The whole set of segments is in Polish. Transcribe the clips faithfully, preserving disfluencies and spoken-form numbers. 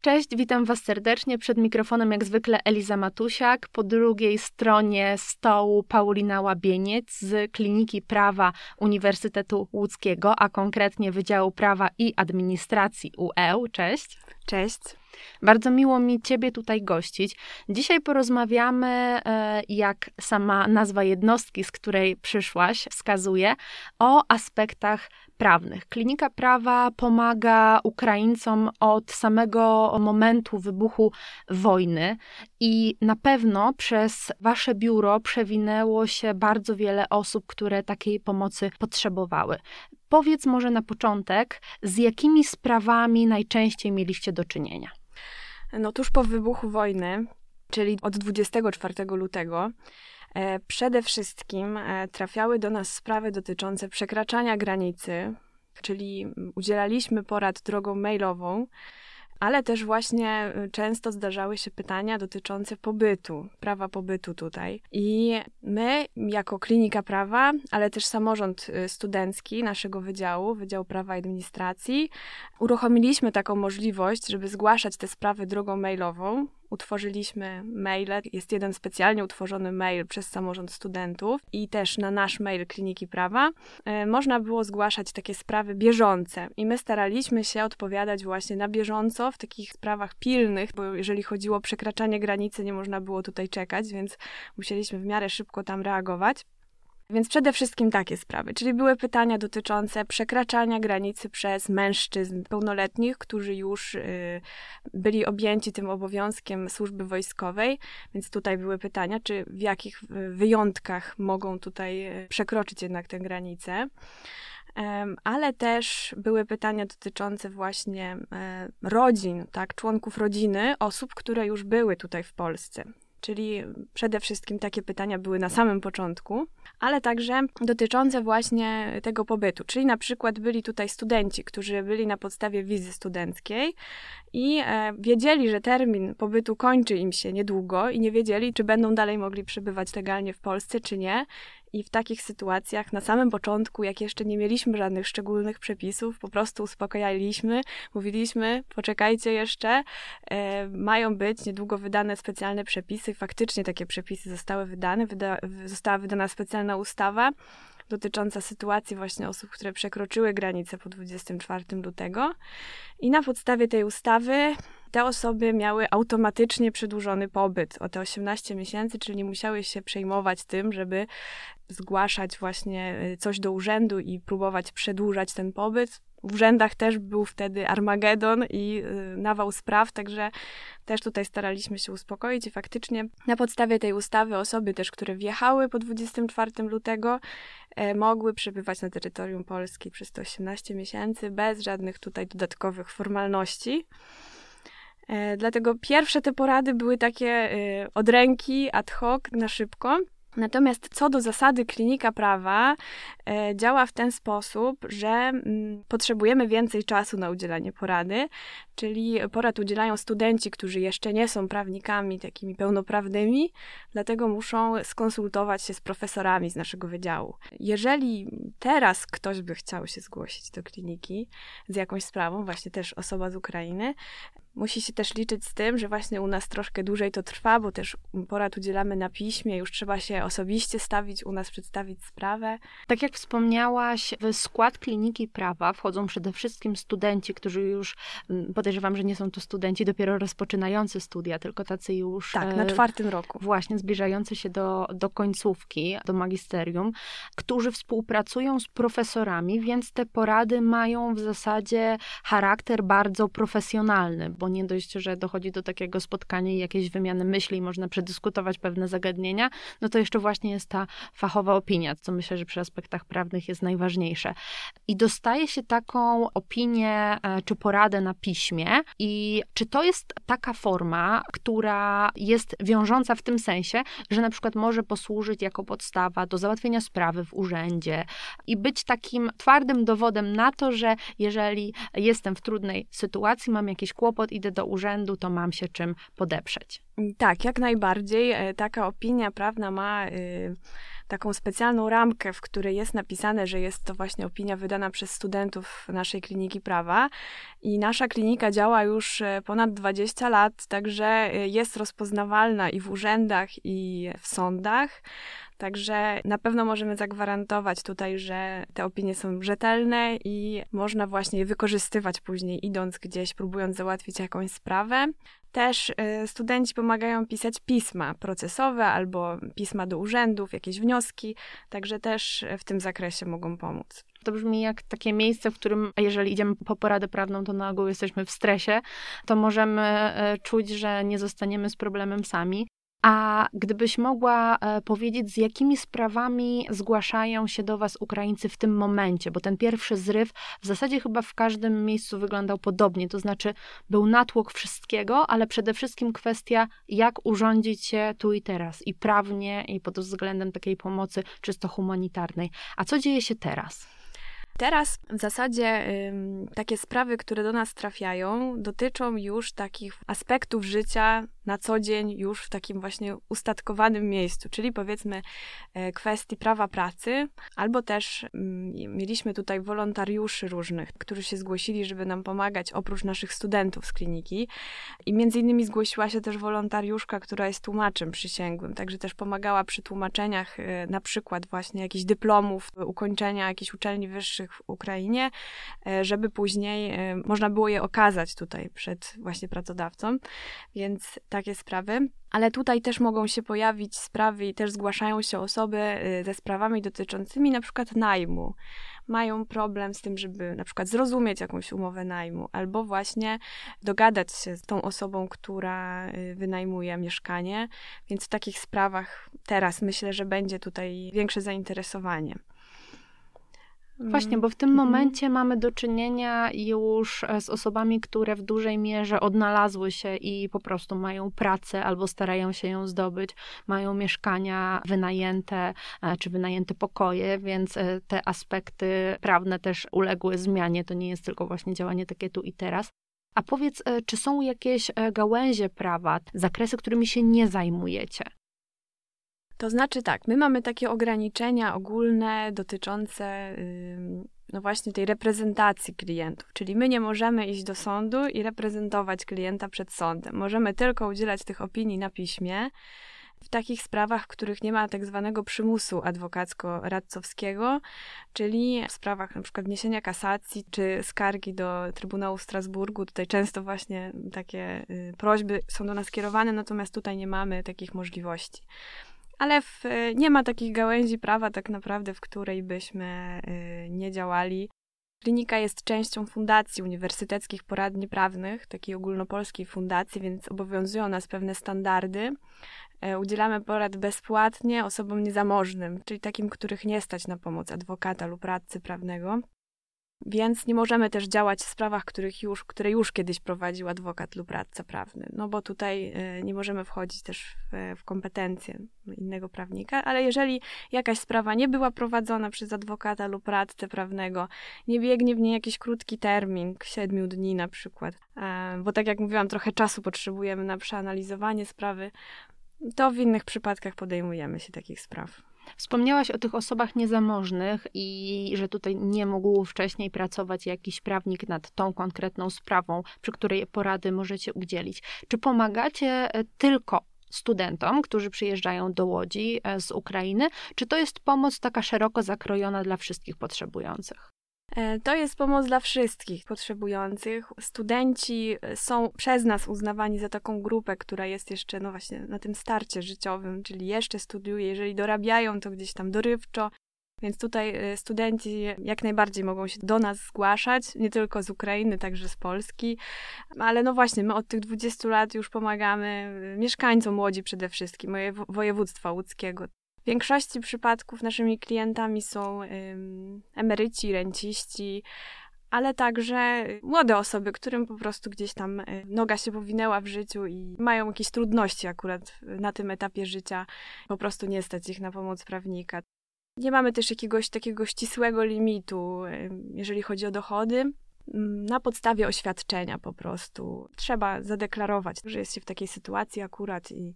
Cześć, witam Was serdecznie. Przed mikrofonem jak zwykle Eliza Matusiak. Po drugiej stronie stołu Paulina Łabieniec z Kliniki Prawa Uniwersytetu Łódzkiego, a konkretnie Wydziału Prawa i Administracji U E U. Cześć. Cześć. Bardzo miło mi Ciebie tutaj gościć. Dzisiaj porozmawiamy, jak sama nazwa jednostki, z której przyszłaś, wskazuje, o aspektach prawnych. Klinika Prawa pomaga Ukraińcom od samego momentu wybuchu wojny i na pewno przez Wasze biuro przewinęło się bardzo wiele osób, które takiej pomocy potrzebowały. Powiedz może na początek, z jakimi sprawami najczęściej mieliście do czynienia? No tuż po wybuchu wojny, czyli od dwudziestego czwartego lutego, e, przede wszystkim e, trafiały do nas sprawy dotyczące przekraczania granicy, czyli udzielaliśmy porad drogą mailową, ale też właśnie często zdarzały się pytania dotyczące pobytu, prawa pobytu tutaj. I my jako Klinika Prawa, ale też samorząd studencki naszego wydziału, Wydziału Prawa i Administracji, uruchomiliśmy taką możliwość, żeby zgłaszać te sprawy drogą mailową. Utworzyliśmy maile, jest jeden specjalnie utworzony mail przez samorząd studentów i też na nasz mail Kliniki Prawa e, można było zgłaszać takie sprawy bieżące i my staraliśmy się odpowiadać właśnie na bieżąco w takich sprawach pilnych, bo jeżeli chodziło o przekraczanie granicy, nie można było tutaj czekać, więc musieliśmy w miarę szybko tam reagować. Więc przede wszystkim takie sprawy, czyli były pytania dotyczące przekraczania granicy przez mężczyzn pełnoletnich, którzy już y, byli objęci tym obowiązkiem służby wojskowej, więc tutaj były pytania, czy w jakich wyjątkach mogą tutaj przekroczyć jednak tę granicę. Um, ale też były pytania dotyczące właśnie e, rodzin, tak, członków rodziny, osób, które już były tutaj w Polsce. Czyli przede wszystkim takie pytania były na samym początku, ale także dotyczące właśnie tego pobytu. Czyli na przykład byli tutaj studenci, którzy byli na podstawie wizy studenckiej i e, wiedzieli, że termin pobytu kończy im się niedługo i nie wiedzieli, czy będą dalej mogli przebywać legalnie w Polsce, czy nie. I w takich sytuacjach na samym początku, jak jeszcze nie mieliśmy żadnych szczególnych przepisów, po prostu uspokajaliśmy, mówiliśmy, poczekajcie jeszcze, e, mają być niedługo wydane specjalne przepisy. Faktycznie takie przepisy zostały wydane, wyda, została wydana specjalna ustawa dotycząca sytuacji właśnie osób, które przekroczyły granicę po dwudziestego czwartego lutego. I na podstawie tej ustawy te osoby miały automatycznie przedłużony pobyt o te osiemnaście miesięcy, czyli nie musiały się przejmować tym, żeby zgłaszać właśnie coś do urzędu i próbować przedłużać ten pobyt. W urzędach też był wtedy Armagedon i nawał spraw, także też tutaj staraliśmy się uspokoić i faktycznie na podstawie tej ustawy osoby też, które wjechały po dwudziestego czwartego lutego, e, mogły przebywać na terytorium Polski przez te osiemnaście miesięcy bez żadnych tutaj dodatkowych formalności. E, dlatego pierwsze te porady były takie e, od ręki, ad hoc, na szybko. Natomiast co do zasady Klinika Prawa e, działa w ten sposób, że m, potrzebujemy więcej czasu na udzielanie porady, czyli porad udzielają studenci, którzy jeszcze nie są prawnikami takimi pełnoprawnymi, dlatego muszą skonsultować się z profesorami z naszego wydziału. Jeżeli teraz ktoś by chciał się zgłosić do kliniki z jakąś sprawą, właśnie też osoba z Ukrainy, musi się też liczyć z tym, że właśnie u nas troszkę dłużej to trwa, bo też porad udzielamy na piśmie, już trzeba się osobiście stawić, u nas przedstawić sprawę. Tak jak wspomniałaś, w skład Kliniki Prawa wchodzą przede wszystkim studenci, którzy już, podejrzewam, że nie są to studenci dopiero rozpoczynający studia, tylko tacy już... Tak, na czwartym roku. Właśnie, zbliżający się do, do końcówki, do magisterium, którzy współpracują z profesorami, więc te porady mają w zasadzie charakter bardzo profesjonalny, bo nie dość, że dochodzi do takiego spotkania i jakiejś wymiany myśli i można przedyskutować pewne zagadnienia, no to jeszcze właśnie jest ta fachowa opinia, co myślę, że przy aspektach prawnych jest najważniejsze. I dostaje się taką opinię czy poradę na piśmie i czy to jest taka forma, która jest wiążąca w tym sensie, że na przykład może posłużyć jako podstawa do załatwienia sprawy w urzędzie i być takim twardym dowodem na to, że jeżeli jestem w trudnej sytuacji, mam jakiś kłopot, idę do urzędu, to mam się czym podeprzeć. Tak, jak najbardziej. Taka opinia prawna ma taką specjalną ramkę, w której jest napisane, że jest to właśnie opinia wydana przez studentów naszej kliniki prawa. I nasza klinika działa już ponad dwadzieścia lat, także jest rozpoznawalna i w urzędach, i w sądach. Także na pewno możemy zagwarantować tutaj, że te opinie są rzetelne i można właśnie je wykorzystywać później, idąc gdzieś, próbując załatwić jakąś sprawę. Też y, studenci pomagają pisać pisma procesowe albo pisma do urzędów, jakieś wnioski, także też w tym zakresie mogą pomóc. To brzmi jak takie miejsce, w którym, jeżeli idziemy po poradę prawną, to na ogół jesteśmy w stresie, to możemy czuć, że nie zostaniemy z problemem sami. A gdybyś mogła powiedzieć, z jakimi sprawami zgłaszają się do was Ukraińcy w tym momencie, bo ten pierwszy zryw w zasadzie chyba w każdym miejscu wyglądał podobnie, to znaczy był natłok wszystkiego, ale przede wszystkim kwestia, jak urządzić się tu i teraz, i prawnie, i pod względem takiej pomocy czysto humanitarnej. A co dzieje się teraz? Teraz w zasadzie ym, takie sprawy, które do nas trafiają, dotyczą już takich aspektów życia na co dzień już w takim właśnie ustatkowanym miejscu, czyli powiedzmy e, kwestii prawa pracy, albo też mm, mieliśmy tutaj wolontariuszy różnych, którzy się zgłosili, żeby nam pomagać oprócz naszych studentów z kliniki i między innymi zgłosiła się też wolontariuszka, która jest tłumaczem przysięgłym, także też pomagała przy tłumaczeniach e, na przykład właśnie jakichś dyplomów, ukończenia jakichś uczelni wyższych w Ukrainie, e, żeby później e, można było je okazać tutaj przed właśnie pracodawcą, więc takie sprawy, ale tutaj też mogą się pojawić sprawy i też zgłaszają się osoby ze sprawami dotyczącymi na przykład najmu. Mają problem z tym, żeby na przykład zrozumieć jakąś umowę najmu, albo właśnie dogadać się z tą osobą, która wynajmuje mieszkanie, więc w takich sprawach teraz myślę, że będzie tutaj większe zainteresowanie. Właśnie, bo w tym momencie mamy do czynienia już z osobami, które w dużej mierze odnalazły się i po prostu mają pracę albo starają się ją zdobyć, mają mieszkania wynajęte czy wynajęte pokoje, więc te aspekty prawne też uległy zmianie. To nie jest tylko właśnie działanie takie tu i teraz. A powiedz, czy są jakieś gałęzie prawa, zakresy, którymi się nie zajmujecie? To znaczy tak, my mamy takie ograniczenia ogólne dotyczące no właśnie tej reprezentacji klientów, czyli my nie możemy iść do sądu i reprezentować klienta przed sądem. Możemy tylko udzielać tych opinii na piśmie w takich sprawach, w których nie ma tak zwanego przymusu adwokacko-radcowskiego, czyli w sprawach na przykład wniesienia kasacji czy skargi do Trybunału w Strasburgu. Tutaj często właśnie takie prośby są do nas kierowane, natomiast tutaj nie mamy takich możliwości. Ale w, nie ma takich gałęzi prawa tak naprawdę, w której byśmy y, nie działali. Klinika jest częścią Fundacji Uniwersyteckich Poradni Prawnych, takiej ogólnopolskiej fundacji, więc obowiązują nas pewne standardy. Y, udzielamy porad bezpłatnie osobom niezamożnym, czyli takim, których nie stać na pomoc adwokata lub radcy prawnego. Więc nie możemy też działać w sprawach, których już, które już kiedyś prowadził adwokat lub radca prawny, no bo tutaj nie możemy wchodzić też w, w kompetencje innego prawnika, ale jeżeli jakaś sprawa nie była prowadzona przez adwokata lub radcę prawnego, nie biegnie w niej jakiś krótki termin, siedmiu dni na przykład, bo tak jak mówiłam, trochę czasu potrzebujemy na przeanalizowanie sprawy, to w innych przypadkach podejmujemy się takich spraw. Wspomniałaś o tych osobach niezamożnych i że tutaj nie mógł wcześniej pracować jakiś prawnik nad tą konkretną sprawą, przy której porady możecie udzielić. Czy pomagacie tylko studentom, którzy przyjeżdżają do Łodzi z Ukrainy, czy to jest pomoc taka szeroko zakrojona dla wszystkich potrzebujących? To jest pomoc dla wszystkich potrzebujących. Studenci są przez nas uznawani za taką grupę, która jest jeszcze no właśnie na tym starcie życiowym, czyli jeszcze studiuje, jeżeli dorabiają, to gdzieś tam dorywczo. Więc tutaj studenci jak najbardziej mogą się do nas zgłaszać, nie tylko z Ukrainy, także z Polski. Ale no właśnie, my od tych dwudziestu lat już pomagamy mieszkańcom Łodzi przede wszystkim, województwa łódzkiego. W większości przypadków naszymi klientami są ym, emeryci, renciści, ale także młode osoby, którym po prostu gdzieś tam noga się powinęła w życiu i mają jakieś trudności akurat na tym etapie życia. Po prostu nie stać ich na pomoc prawnika. Nie mamy też jakiegoś takiego ścisłego limitu, jeżeli chodzi o dochody. Na podstawie oświadczenia po prostu trzeba zadeklarować, że jest się w takiej sytuacji akurat i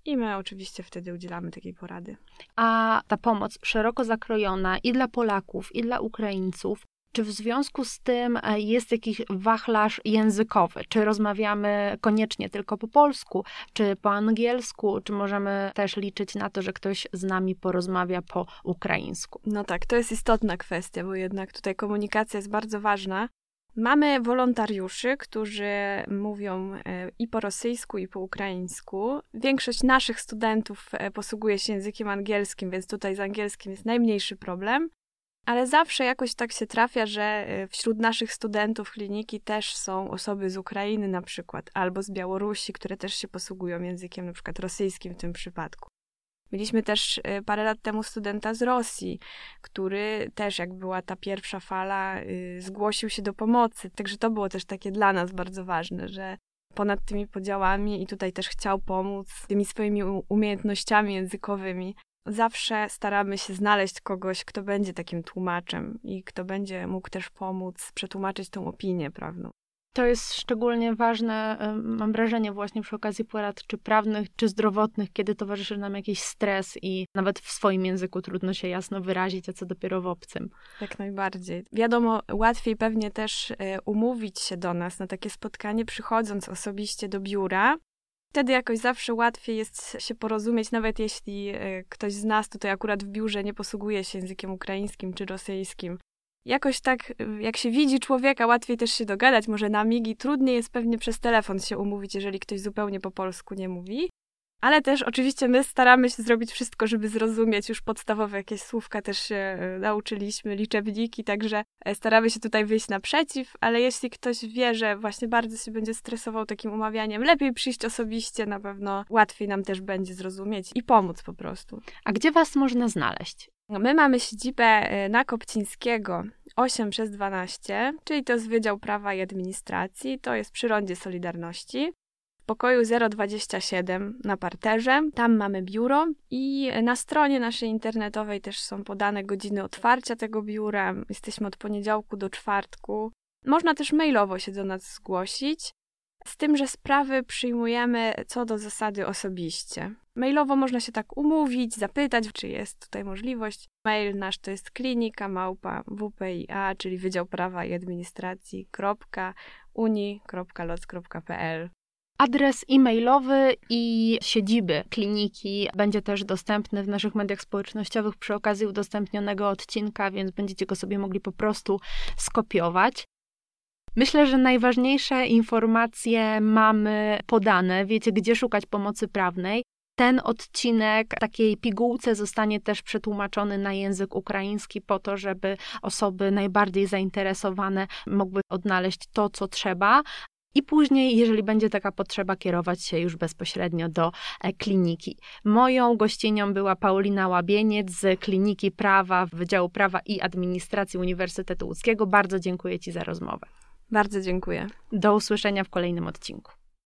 i my oczywiście wtedy udzielamy takiej porady. A ta pomoc szeroko zakrojona i dla Polaków, i dla Ukraińców, czy w związku z tym jest jakiś wachlarz językowy? Czy rozmawiamy koniecznie tylko po polsku, czy po angielsku, czy możemy też liczyć na to, że ktoś z nami porozmawia po ukraińsku? No tak, to jest istotna kwestia, bo jednak tutaj komunikacja jest bardzo ważna. Mamy wolontariuszy, którzy mówią i po rosyjsku, i po ukraińsku. Większość naszych studentów posługuje się językiem angielskim, więc tutaj z angielskim jest najmniejszy problem. Ale zawsze jakoś tak się trafia, że wśród naszych studentów kliniki też są osoby z Ukrainy na przykład, albo z Białorusi, które też się posługują językiem na przykład rosyjskim w tym przypadku. Mieliśmy też parę lat temu studenta z Rosji, który też, jak była ta pierwsza fala, zgłosił się do pomocy. Także to było też takie dla nas bardzo ważne, że ponad tymi podziałami i tutaj też chciał pomóc tymi swoimi umiejętnościami językowymi. Zawsze staramy się znaleźć kogoś, kto będzie takim tłumaczem i kto będzie mógł też pomóc przetłumaczyć tą opinię prawną. To jest szczególnie ważne, mam wrażenie, właśnie przy okazji porad czy prawnych, czy zdrowotnych, kiedy towarzyszy nam jakiś stres i nawet w swoim języku trudno się jasno wyrazić, a co dopiero w obcym. Jak najbardziej. Wiadomo, łatwiej pewnie też umówić się do nas na takie spotkanie, przychodząc osobiście do biura. Wtedy jakoś zawsze łatwiej jest się porozumieć, nawet jeśli ktoś z nas tutaj akurat w biurze nie posługuje się językiem ukraińskim czy rosyjskim. Jakoś tak, jak się widzi człowieka, łatwiej też się dogadać, może na migi. Trudniej jest pewnie przez telefon się umówić, jeżeli ktoś zupełnie po polsku nie mówi. Ale też oczywiście my staramy się zrobić wszystko, żeby zrozumieć. Już podstawowe jakieś słówka też się nauczyliśmy, liczebniki, także staramy się tutaj wyjść naprzeciw, ale jeśli ktoś wie, że właśnie bardzo się będzie stresował takim umawianiem, lepiej przyjść osobiście, na pewno łatwiej nam też będzie zrozumieć i pomóc po prostu. A gdzie was można znaleźć? My mamy siedzibę na Kopcińskiego osiem przez dwanaście, czyli to jest Wydział Prawa i Administracji, to jest przy Rondzie Solidarności. W pokoju zero dwadzieścia siedem na parterze, tam mamy biuro i na stronie naszej internetowej też są podane godziny otwarcia tego biura. Jesteśmy od poniedziałku do czwartku. Można też mailowo się do nas zgłosić, z tym, że sprawy przyjmujemy co do zasady osobiście. Mailowo można się tak umówić, zapytać, czy jest tutaj możliwość. Mail nasz to jest klinika małpa w p i a, czyli Wydział Prawa i Administracji, kropka, uni kropka loc kropka p l. Adres e-mailowy i siedziby kliniki będzie też dostępny w naszych mediach społecznościowych przy okazji udostępnionego odcinka, więc będziecie go sobie mogli po prostu skopiować. Myślę, że najważniejsze informacje mamy podane. Wiecie, gdzie szukać pomocy prawnej. Ten odcinek takiej pigułce zostanie też przetłumaczony na język ukraiński po to, żeby osoby najbardziej zainteresowane mogły odnaleźć to, co trzeba. I później, jeżeli będzie taka potrzeba, kierować się już bezpośrednio do kliniki. Moją gościnią była Paulina Łabieniec z Kliniki Prawa, Wydziału Prawa i Administracji Uniwersytetu Łódzkiego. Bardzo dziękuję Ci za rozmowę. Bardzo dziękuję. Do usłyszenia w kolejnym odcinku.